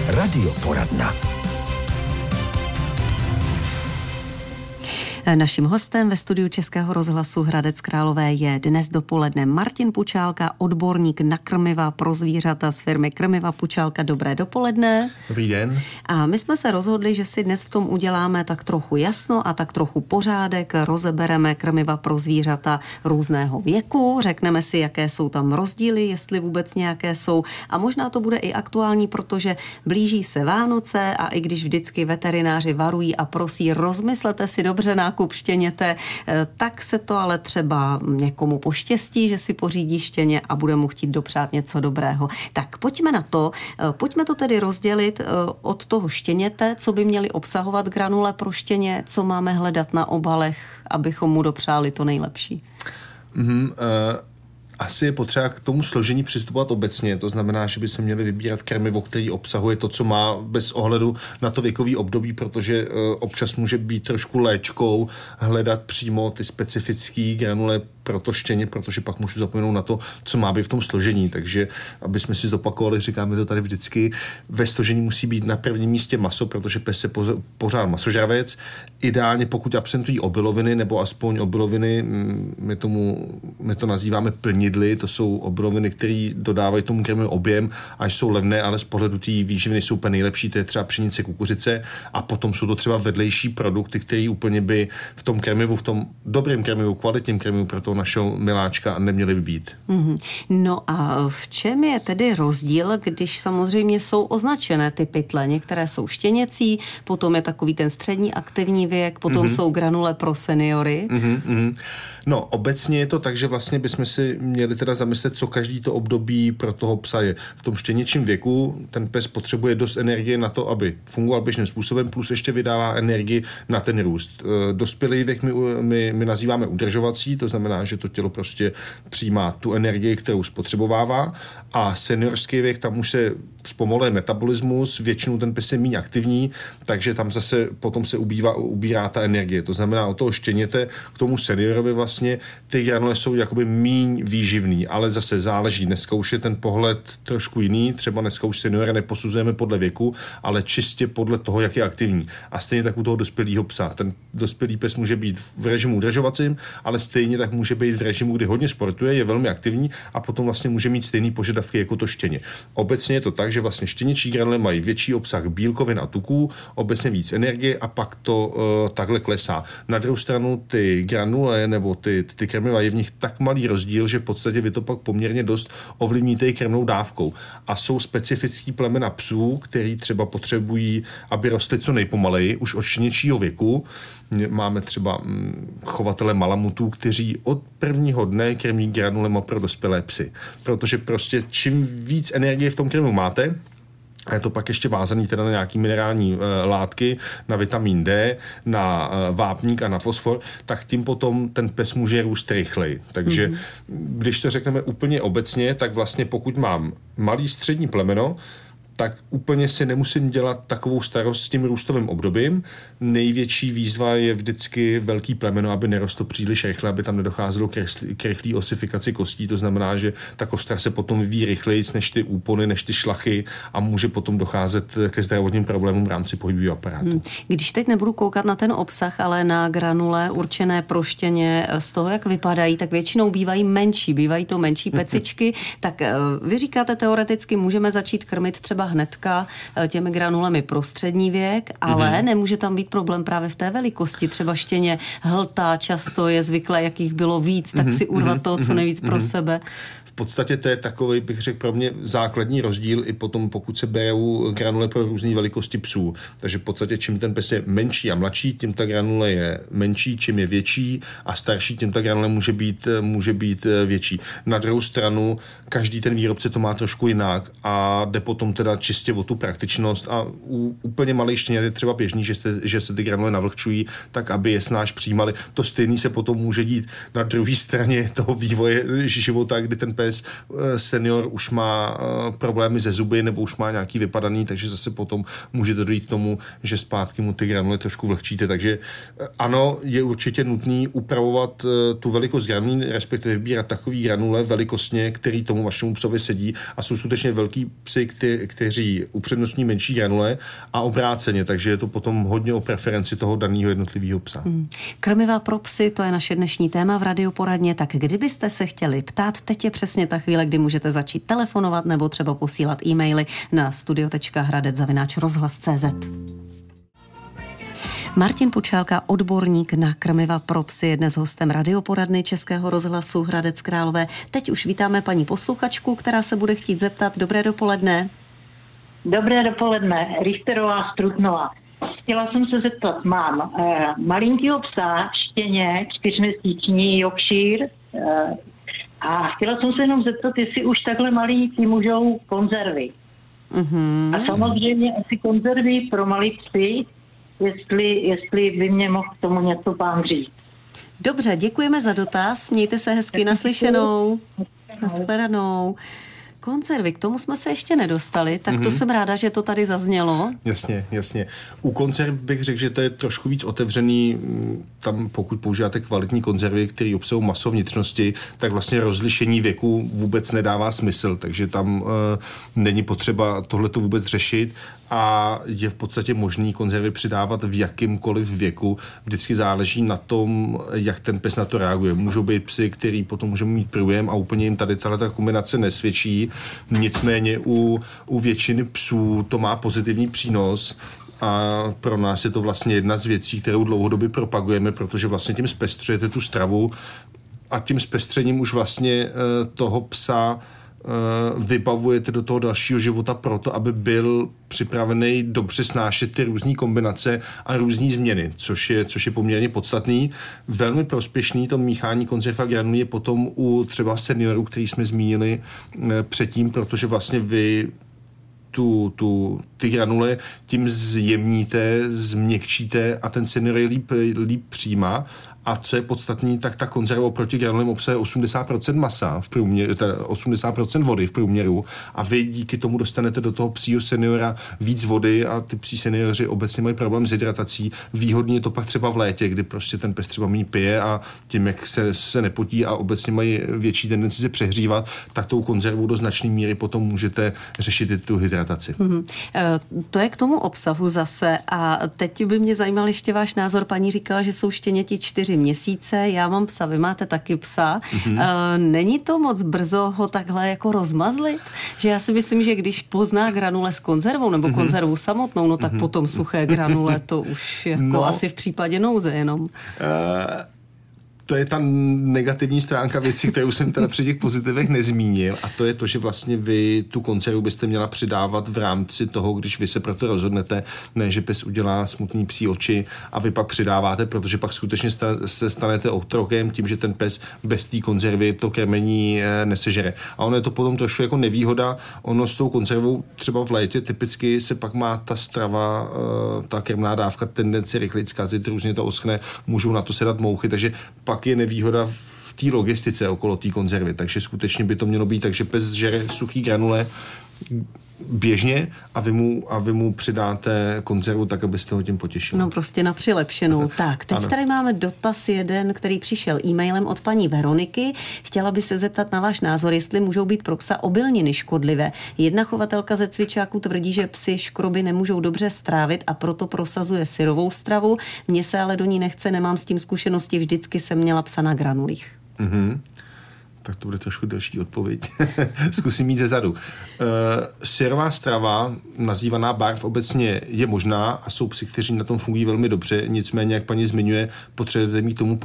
Radioporadna. Naším hostem ve studiu Českého rozhlasu Hradec Králové je dnes dopoledne Martin Pučálka, odborník na krmiva pro zvířata z firmy Krmiva Pučálka. Dobré dopoledne. Dobrý den. A my jsme se rozhodli, že si dnes v tom uděláme tak trochu jasno a tak trochu pořádek. Rozebereme krmiva pro zvířata různého věku, řekneme si, jaké jsou tam rozdíly, jestli vůbec nějaké jsou. A možná to bude i aktuální, protože blíží se Vánoce a i když vždycky veterináři varují a prosí, rozmyslete si dobře nákup štěněte, tak se to ale třeba někomu poštěstí, že si pořídí štěně a bude mu chtít dopřát něco dobrého. Tak pojďme na to. Pojďme to tedy rozdělit od toho štěněte, co by měly obsahovat granule pro štěně, co máme hledat na obalech, abychom mu dopřáli to nejlepší. Asi je potřeba k tomu složení přistupovat obecně. To znamená, že by se měli vybírat krmivo, který obsahuje to, co má bez ohledu na to věkový období, protože občas může být trošku léčkou hledat přímo ty specifické granule pro to štěně, protože pak můžu zapomenout na to, co má být v tom složení. Takže, aby jsme si zopakovali, říkáme to tady vždycky, ve složení musí být na prvním místě maso, protože pes je pořád masožravec. Ideálně, pokud absentují obiloviny, nebo aspoň obiloviny, my to nazýváme plnidly, to jsou obiloviny, které dodávají tomu krmivu objem, až jsou levné, ale z pohledu té výživy jsou úplně nejlepší, to je třeba pšenice, kukuřice, a potom jsou to třeba vedlejší produkty, které úplně by v tom krmivu, v tom dobrém krmivu, kvalitním krmivu pro toho našeho miláčka neměly by být. No a v čem je tedy rozdíl, když samozřejmě jsou označené ty pytle? Některé jsou štěněcí, potom je takový ten střední aktivní věk, potom jsou granule pro seniory. No, obecně je to tak, že vlastně bychom si měli teda zamyslet, co každý to období pro toho psa je. V tom štěněčím věku ten pes potřebuje dost energie na to, aby fungoval běžným způsobem, plus ještě vydává energii na ten růst. Dospělý věk my nazýváme udržovací, to znamená, že to tělo prostě přijímá tu energii, kterou spotřebovává, a seniorský věk, tam už se zpomaluje metabolismus, většinou ten pes je méně aktivní, takže tam zase potom se ubírá ta energie. To znamená, od toho štěněte k tomu seniorovi vlastně ty granule jsou jakoby míň výživný, ale zase záleží. Dneska už je ten pohled trošku jiný, třeba dneska už seniora neposuzujeme podle věku, ale čistě podle toho, jak je aktivní. A stejně tak u toho dospělého psa. Ten dospělý pes může být v režimu udržovacím, ale stejně tak může být v režimu, kdy hodně sportuje, je velmi aktivní a potom vlastně může mít stejný požadavky jako to štěně. Obecně je to tak, že vlastně štěněčí granule mají větší obsah bílkovin a tuků, obecně víc energie a pak to takhle klesá. Na druhou stranu ty granule nebo ty krmiva je v nich tak malý rozdíl, že v podstatě vy to pak poměrně dost ovlivníte i krmnou dávkou. A jsou specifický plemena psů, který třeba potřebují, aby rostly co nejpomaleji, už od štěněčího věku. Máme třeba chovatele malamutů, kteří od prvního dne krmí granulema pro dospělé psy. Protože prostě čím víc energie v tom krmivu máte, a je to pak ještě vázaný teda na nějaký minerální látky, na vitamin D, na vápník a na fosfor, tak tím potom ten pes může růst rychleji. Takže když to řekneme úplně obecně, tak vlastně pokud mám malý střední plemeno, tak úplně si nemusím dělat takovou starost s tím růstovým obdobím. Největší výzva je vždycky velký plemeno, aby nerostlo příliš rychle, aby tam nedocházelo k rychlé osifikaci kostí. To znamená, že ta kostra se potom vyvíjí rychleji než ty úpony, než ty šlachy a může potom docházet ke zdravotním problémům v rámci pohybového aparátu. Když teď nebudu koukat na ten obsah, ale na granule určené pro štěně, z toho, jak vypadají, tak většinou bývají to menší pecičky. Tak vy říkáte teoreticky, můžeme začít krmit třeba hnedka těmi granulemi pro střední věk, ale nemůže tam být problém právě v té velikosti. Třeba štěně hltá často, je zvyklé, jakých bylo víc, tak si urvat toho co nejvíc pro sebe. V podstatě to je takový, bych řekl, pro mě základní rozdíl i potom, pokud se berou granule pro různé velikosti psů. Takže v podstatě, čím ten pes je menší a mladší, tím ta granule je menší, čím je větší a starší, tím ta granule může být větší. Na druhou stranu, každý ten výrobce to má trošku jinak a jde potom teda čistě o tu praktičnost a u úplně malých štěňat je třeba běžný, že se ty granule navlhčují tak, aby je snáš přijímali. To stejný se potom může dít na druhé straně toho vývoje života, kdy ten pes pes senior už má problémy ze zuby nebo už má nějaký vypadaný, takže zase potom můžete dojít k tomu, že zpátky mu ty granule trošku vlhčíte. Takže ano, je určitě nutný upravovat tu velikost granulí, respektive vybírat takový granule velikostně, který tomu vašemu psovi sedí, a jsou skutečně velký psy, kteří upřednostní menší granule a obráceně, takže je to potom hodně o preferenci toho daného jednotlivého psa. Krmiva pro psy, to je naše dnešní téma v Radioporadně, tak kdybyste se chtěli ptát, teď je přesně ta chvíle, kdy můžete začít telefonovat nebo třeba posílat e-maily na studio.hradec@rozhlas.cz. Martin Pučálka, odborník na krmiva pro psy, je dnes hostem Radioporadny Českého rozhlasu Hradec Králové. Teď už vítáme paní posluchačku, která se bude chtít zeptat. Dobré dopoledne. Dobré dopoledne, Richterová z Trutnova. Chtěla jsem se zeptat, mám malinkýho psa, štěně, 4měsíční Yorkshire, a chtěla jsem se jenom zeptat, jestli už takhle malí si můžou konzervy. Mm-hmm. A samozřejmě asi konzervy pro malý psy, jestli by mě mohl k tomu něco pán říct. Dobře, děkujeme za dotaz, mějte se hezky, naslyšenou, nashledanou. Konzervy, k tomu jsme se ještě nedostali, tak to jsem ráda, že to tady zaznělo. Jasně. U konzerv bych řekl, že to je trošku víc otevřený. Tam pokud používáte kvalitní konzervy, které obsahují maso vnitřnosti, tak vlastně rozlišení věku vůbec nedává smysl, takže tam není potřeba tohleto vůbec řešit a je v podstatě možný konzervy přidávat v jakýmkoliv věku. Vždycky záleží na tom, jak ten pes na to reaguje. Můžou být psy, který potom můžou mít průjem a úplně jim tady tato kombinace nesvědčí. Nicméně u většiny psů to má pozitivní přínos a pro nás je to vlastně jedna z věcí, kterou dlouhodobě propagujeme, protože vlastně tím zpestřujete tu stravu a tím zpestřením už vlastně toho psa vybavujete do toho dalšího života proto, aby byl připravený dobře snášet ty různé kombinace a různé změny, což je poměrně podstatný. Velmi prospěšný to míchání konzerv a granulí je potom u třeba seniorů, který jsme zmínili předtím, protože vlastně vy ty granule tím zjemníte, změkčíte a ten senior je líp přijímá. A co je podstatný, tak ta konzerva oproti granulím obsahuje 80% masa v průměru, teda 80% vody v průměru a vy díky tomu dostanete do toho psího seniora víc vody a ty psí seniori obecně mají problém s hydratací. Výhodný je to pak třeba v létě, kdy prostě ten pes třeba méně pije a tím, jak se nepotí a obecně mají větší tendenci se přehřívat, tak tou konzervou do značné míry potom můžete řešit i tu hydrataci. To je k tomu obsahu zase a teď by mě zajímal ještě váš názor. Paní říkala, že jsou štěněti 4 měsíce, já mám psa, vy máte taky psa. Není to moc brzo ho takhle jako rozmazlit? Že já si myslím, že když pozná granule s konzervou nebo konzervu samotnou, no tak potom suché granule, to už jako asi v případě nouze jenom. To je ta negativní stránka věci, kterou jsem teda při těch pozitivech nezmínil, a to je to, že vlastně vy tu konzervu byste měla přidávat v rámci toho, když vy se proto rozhodnete, ne, že pes udělá smutný psí oči a vy pak přidáváte, protože pak skutečně se stanete otrokem tím, že ten pes bez té konzervy to krmení nesežere. A ono je to potom trošku jako nevýhoda, ono s tou konzervou třeba v létě typicky se pak má ta strava, ta krmná dávka tendenci rychleji zkazit, různě to oschne, můžou na to sedat mouchy, takže pak je nevýhoda v té logistice okolo té konzervy. Takže skutečně by to mělo být tak, že pes žere suchý granule běžně a vy mu přidáte konzervu tak, abyste ho tím potěšili. No prostě na přilepšenou. Tak, teď tady máme dotaz jeden, který přišel e-mailem od paní Veroniky. Chtěla by se zeptat na váš názor, jestli můžou být pro psa obilniny škodlivé. Jedna chovatelka ze cvičáků tvrdí, že psi škroby nemůžou dobře strávit a proto prosazuje syrovou stravu. Mně se ale do ní nechce, nemám s tím zkušenosti, vždycky jsem měla psa na granulích. Tak to bude trošku delší odpověď. Zkusím mít ze zadu. Syrová strava, nazývaná barv, obecně je možná a jsou psi, kteří na tom fungují velmi dobře, nicméně, jak paní zmiňuje, potřebujete mít tomu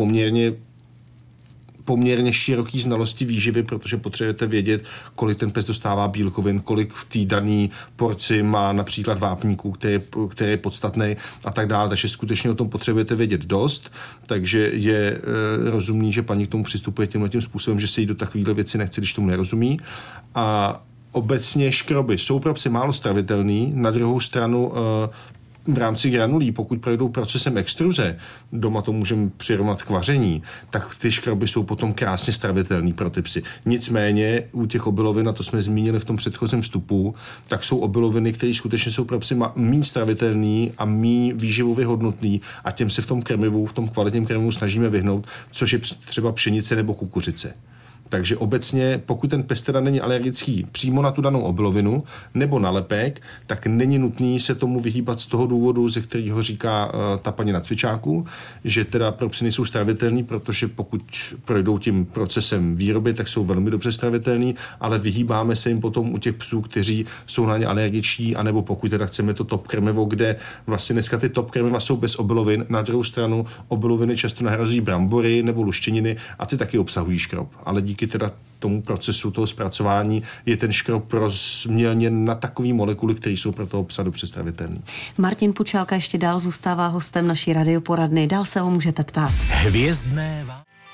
poměrně široký znalosti výživy, protože potřebujete vědět, kolik ten pes dostává bílkovin, kolik v té dané porci má například vápníků, který je podstatný a tak dále. Takže skutečně o tom potřebujete vědět dost, takže je rozumný, že paní k tomu přistupuje tímhletím způsobem, že se jí do takovéhle věci nechce, když tomu nerozumí. A obecně škroby jsou pro psy málo stravitelný, na druhou stranu v rámci granulí, pokud projdou procesem extruze, doma to můžeme přirovnat k vaření, tak ty škroby jsou potom krásně stravitelný pro ty psy. Nicméně u těch obilovin, a to jsme zmínili v tom předchozím vstupu, tak jsou obiloviny, které skutečně jsou pro psy méně stravitelný a méně výživově hodnotný a těm se v tom krmivu, v tom kvalitním krmivu snažíme vyhnout, což je třeba pšenice nebo kukuřice. Takže obecně, pokud ten pes teda není alergický přímo na tu danou obilovinu nebo na lepek, tak není nutný se tomu vyhýbat z toho důvodu, ze kterého říká ta paní na cvičáku, že teda pro psy nejsou stravitelný, protože pokud projdou tím procesem výroby, tak jsou velmi dobře stravitelný, ale vyhýbáme se jim potom u těch psů, kteří jsou na ně alergičtí, anebo pokud teda chceme to top krmivo, kde vlastně dneska ty top krmiva jsou bez obilovin, na druhou stranu obiloviny často nahrazují brambory nebo luštěniny a ty taky obsahují škrob, ale díky teda tomu procesu toho zpracování je ten škrob rozmělněn na takový molekuly, které jsou pro toho psa dobře stravitelný. Martin Pučálka ještě dál zůstává hostem naší radioporadny. Dál se ho můžete ptát. Hvězdné.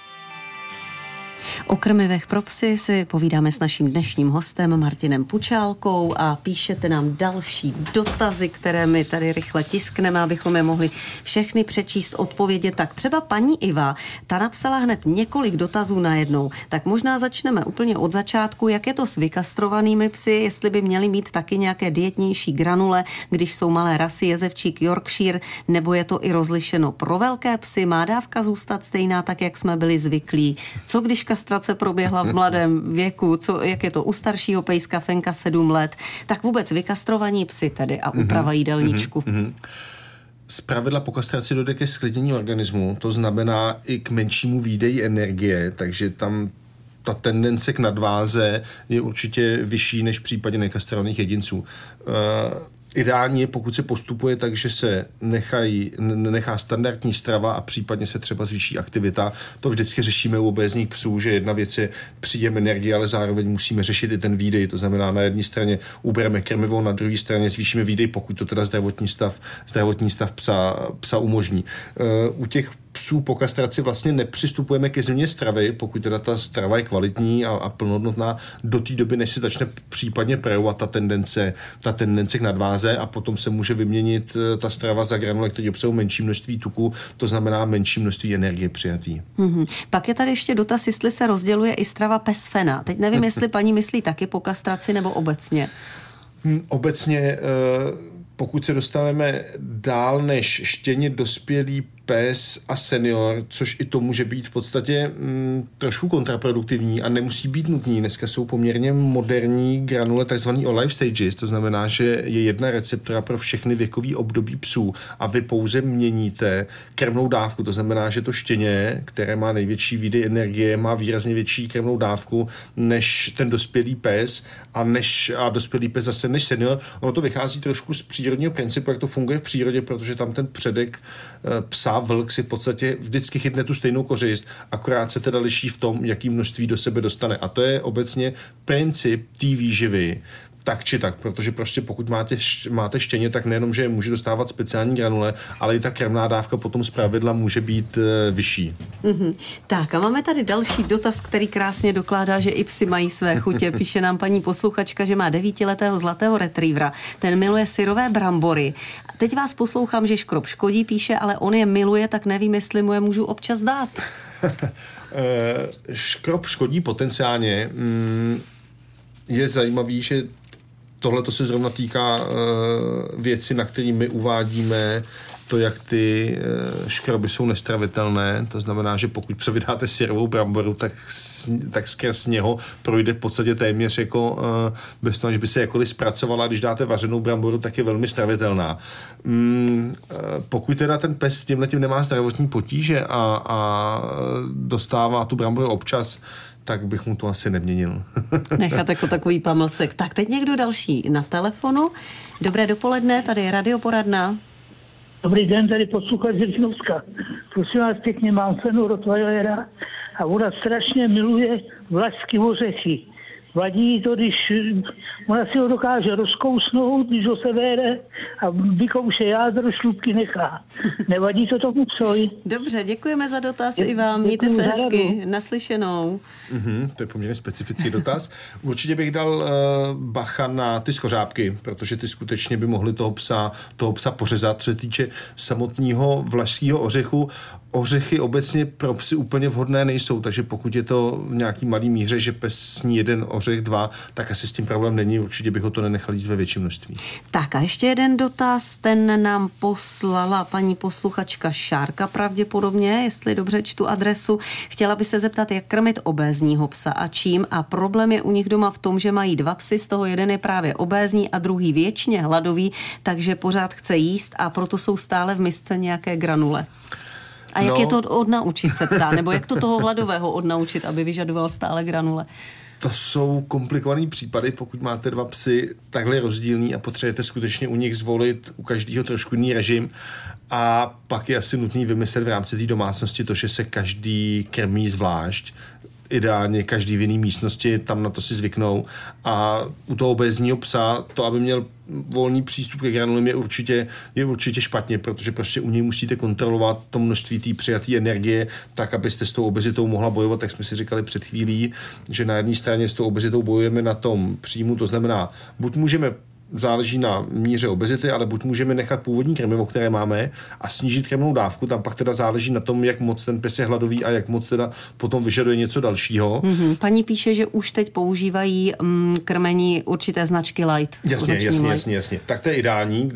O krmivech pro psy si povídáme s naším dnešním hostem Martinem Pučálkou a píšete nám další dotazy, které my tady rychle tiskneme, abychom je mohli všechny přečíst, odpovědět. Tak třeba paní Iva, ta napsala hned několik dotazů najednou. Tak možná začneme úplně od začátku. Jak je to s vykastrovanými psy, jestli by měli mít taky nějaké dietnější granule, když jsou malé rasy, jezevčík, Yorkshire, nebo je to i rozlišeno pro velké psy? Má dávka zůstat stejná, tak jak jsme byli zvyklí? Co když kastrace proběhla v mladém věku, jak je to u staršího pejska Fenka 7 let, tak vůbec vykastrovaní psy tedy a úprava jídelníčku. Zpravidla po kastraci dojde ke zklidnění organismu, to znamená i k menšímu výdeji energie, takže tam ta tendence k nadváze je určitě vyšší než v případě nekastrovaných jedinců. Ideální je, pokud se postupuje tak, že se nechá standardní strava a případně se třeba zvýší aktivita. To vždycky řešíme u obézních psů, že jedna věc je příjem energie, ale zároveň musíme řešit i ten výdej. To znamená, na jedné straně ubereme krmivo, na druhé straně zvýšíme výdej, pokud to teda zdravotní stav psa umožní. U těch psů po kastraci vlastně nepřistupujeme ke změně stravy, pokud teda ta strava je kvalitní a plnohodnotná do té doby, než se začne případně projevovat ta tendence k nadváze a potom se může vyměnit ta strava za granule, které obsahují menší množství tuku, to znamená menší množství energie přijatý. Pak je tady ještě dotaz, jestli se rozděluje i strava pes Fena. Teď nevím, jestli paní myslí taky po kastraci nebo obecně. Obecně, pokud se dostaneme dál než štěně, dospělý pes a senior, což i to může být v podstatě trošku kontraproduktivní a nemusí být nutný. Dneska jsou poměrně moderní granule, takzvaný o life stages, to znamená, že je jedna receptora pro všechny věkový období psů a vy pouze měníte krmnou dávku, to znamená, že to štěně, které má největší výdej energie, má výrazně větší krmnou dávku než ten dospělý pes a dospělý pes zase než senior. Ono to vychází trošku z přírodního principu, jak to funguje v přírodě, protože tam ten předek psa vlk si v podstatě vždycky chytne tu stejnou kořist, akorát se teda liší v tom, jaký množství do sebe dostane. A to je obecně princip té výživy, tak či tak, protože prostě pokud máte štěně, tak nejenom, že může dostávat speciální granule, ale i ta krmná dávka potom zpravidla může být vyšší. Tak a máme tady další dotaz, který krásně dokládá, že i psi mají své chutě. Píše nám paní posluchačka, že má 9letého zlatého retrievera. Ten miluje syrové brambory. Teď vás poslouchám, že škrob škodí, píše, ale on je miluje, tak nevím, jestli mu je můžu občas dát. Škrob škodí potenciálně. Je zajímavý, že tohle to se zrovna týká věci, na které my uvádíme to, jak ty škroby jsou nestravitelné. To znamená, že pokud psa vydáte syrovou bramboru, tak skrz něho projde v podstatě téměř jako bez toho, že by se jakkoliv zpracovala. Když dáte vařenou bramboru, tak je velmi stravitelná. Pokud teda ten pes s tímhletím nemá zdravotní potíže a dostává tu bramboru občas, tak bych mu to asi neměnil. Nechat jako takový pamlsek. Tak teď někdo další na telefonu. Dobré dopoledne, tady je radioporadna. Dobrý den, tady posluchač z Řinovska. Prosím vás pěkně, mám Fenu Rottweilera a ona strašně miluje vlašské ořechy. vadí to, když ona si ho dokáže rozkousnout, když ho sebere a vykouše jádro, šlupky nechá. Nevadí to tomu psovi? Dobře, děkujeme za dotaz i vám. Mějte se hezky. Naslyšenou. To je poměrně specifický dotaz. Určitě bych dal bacha na ty skořápky, protože ty skutečně by mohly toho psa pořezat. Co se týče samotného vlašského ořechu, ořechy obecně pro psy úplně vhodné nejsou, takže pokud je to v nějaký malý míře, že pes sní jeden ořech, 2, tak asi s tím problém není, určitě bych ho to nenechal jíst ve větším množství. Tak a ještě jeden dotaz, ten nám poslala paní posluchačka Šárka pravděpodobně, jestli dobře čtu adresu. Chtěla by se zeptat, jak krmit obézního psa a čím, a problém je u nich doma v tom, že mají 2 psy, z toho jeden je právě obézní a druhý věčně hladový, takže pořád chce jíst a proto jsou stále v misce nějaké granule. A jak je to odnaučit, se ptá, nebo jak to toho hladového odnaučit, aby vyžadoval stále granule? To jsou komplikované případy, pokud máte 2 psy takhle rozdílný a potřebujete skutečně u nich zvolit u každého trošku jiný režim, a pak je asi nutný vymyslet v rámci té domácnosti to, že se každý krmí zvlášť. Ideálně každý v jiné místnosti, tam na to si zvyknou, a u toho obézního psa to, aby měl volný přístup ke granulím, je určitě špatně, protože prostě u něj musíte kontrolovat to množství té přijaté energie, tak, abyste s tou obezitou mohla bojovat, tak jsme si říkali před chvílí, že na jedné straně s tou obezitou bojujeme na tom příjmu, to znamená, buď můžeme, záleží na míře obezity, ale buď můžeme nechat původní krmivo, které máme, a snížit krmnou dávku, tam pak teda záleží na tom, jak moc ten pes je hladový a jak moc teda potom vyžaduje něco dalšího. Paní píše, že už teď používají krmení určité značky light. Jasně. Tak to je ideální,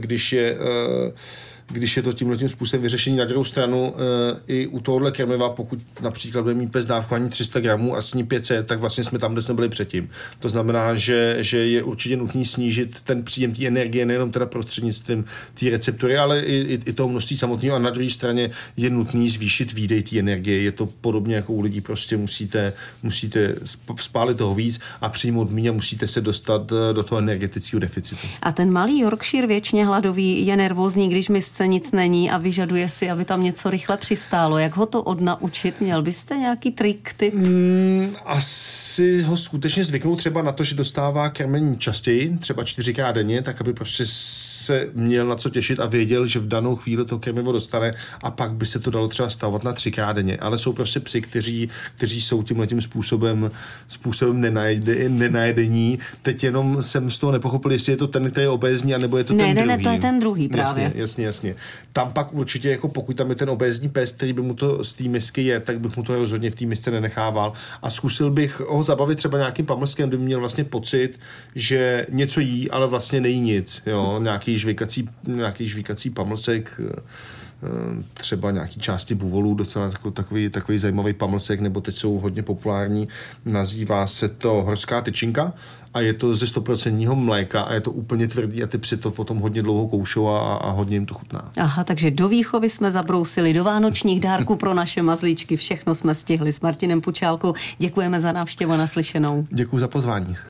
když je to tímhletím způsobem vyřešení. Na druhou stranu i u tohohle krmiva, pokud například bude mít pes dávkování 300 gramů a sní 500, tak vlastně jsme tam, kde jsme byli předtím. To znamená, že je určitě nutný snížit ten příjem té energie, nejenom teda prostřednictvím té receptory, ale i toho množství samotného, a na druhé straně je nutný zvýšit výdej té energie. Je to podobně jako u lidí, prostě musíte spálit toho víc a přijmout míň a musíte se dostat do toho energetického deficitu. A ten malý Yorkshire věčně hladový je nervózní, když misce nic není a vyžaduje si, aby tam něco rychle přistálo. Jak ho to odnaučit? Měl byste nějaký trik, tip? Asi ho skutečně zvyknout třeba na to, že dostává krmení častěji, třeba 4krát denně, tak aby prostě se měl na co těšit a věděl, že v danou chvíli to krmivo dostane, a pak by se to dalo třeba stavovat na 3krát denně. Ale jsou prostě psi, kteří jsou tímhletím způsobem nenajedení. Teď jenom jsem z toho nepochopil, jestli je to ten, který je obézní, anebo je to ten druhý. Ne, to je ten druhý právě. Jasně. Tam pak určitě, jako pokud tam je ten obézní pes, který by mu to z té misky je, tak bych mu to rozhodně v té misce nenechával. A zkusil bych ho zabavit třeba nějakým pamlskem, kde by měl vlastně pocit, že něco jí, ale vlastně nejí nic. Jo? Nějaký žvíkací pamlsek, třeba nějaký části buvolů, docela takový zajímavý pamlsek, nebo teď jsou hodně populární, nazývá se to horská tyčinka a je to ze 100% mléka a je to úplně tvrdý a ty psi to potom hodně dlouho koušou a hodně jim to chutná. Aha, takže do výchovy jsme zabrousili, do vánočních dárků pro naše mazlíčky, všechno jsme stihli s Martinem Pučálkou. Děkujeme za návštěvu, naslyšenou. Děkuji za pozvání.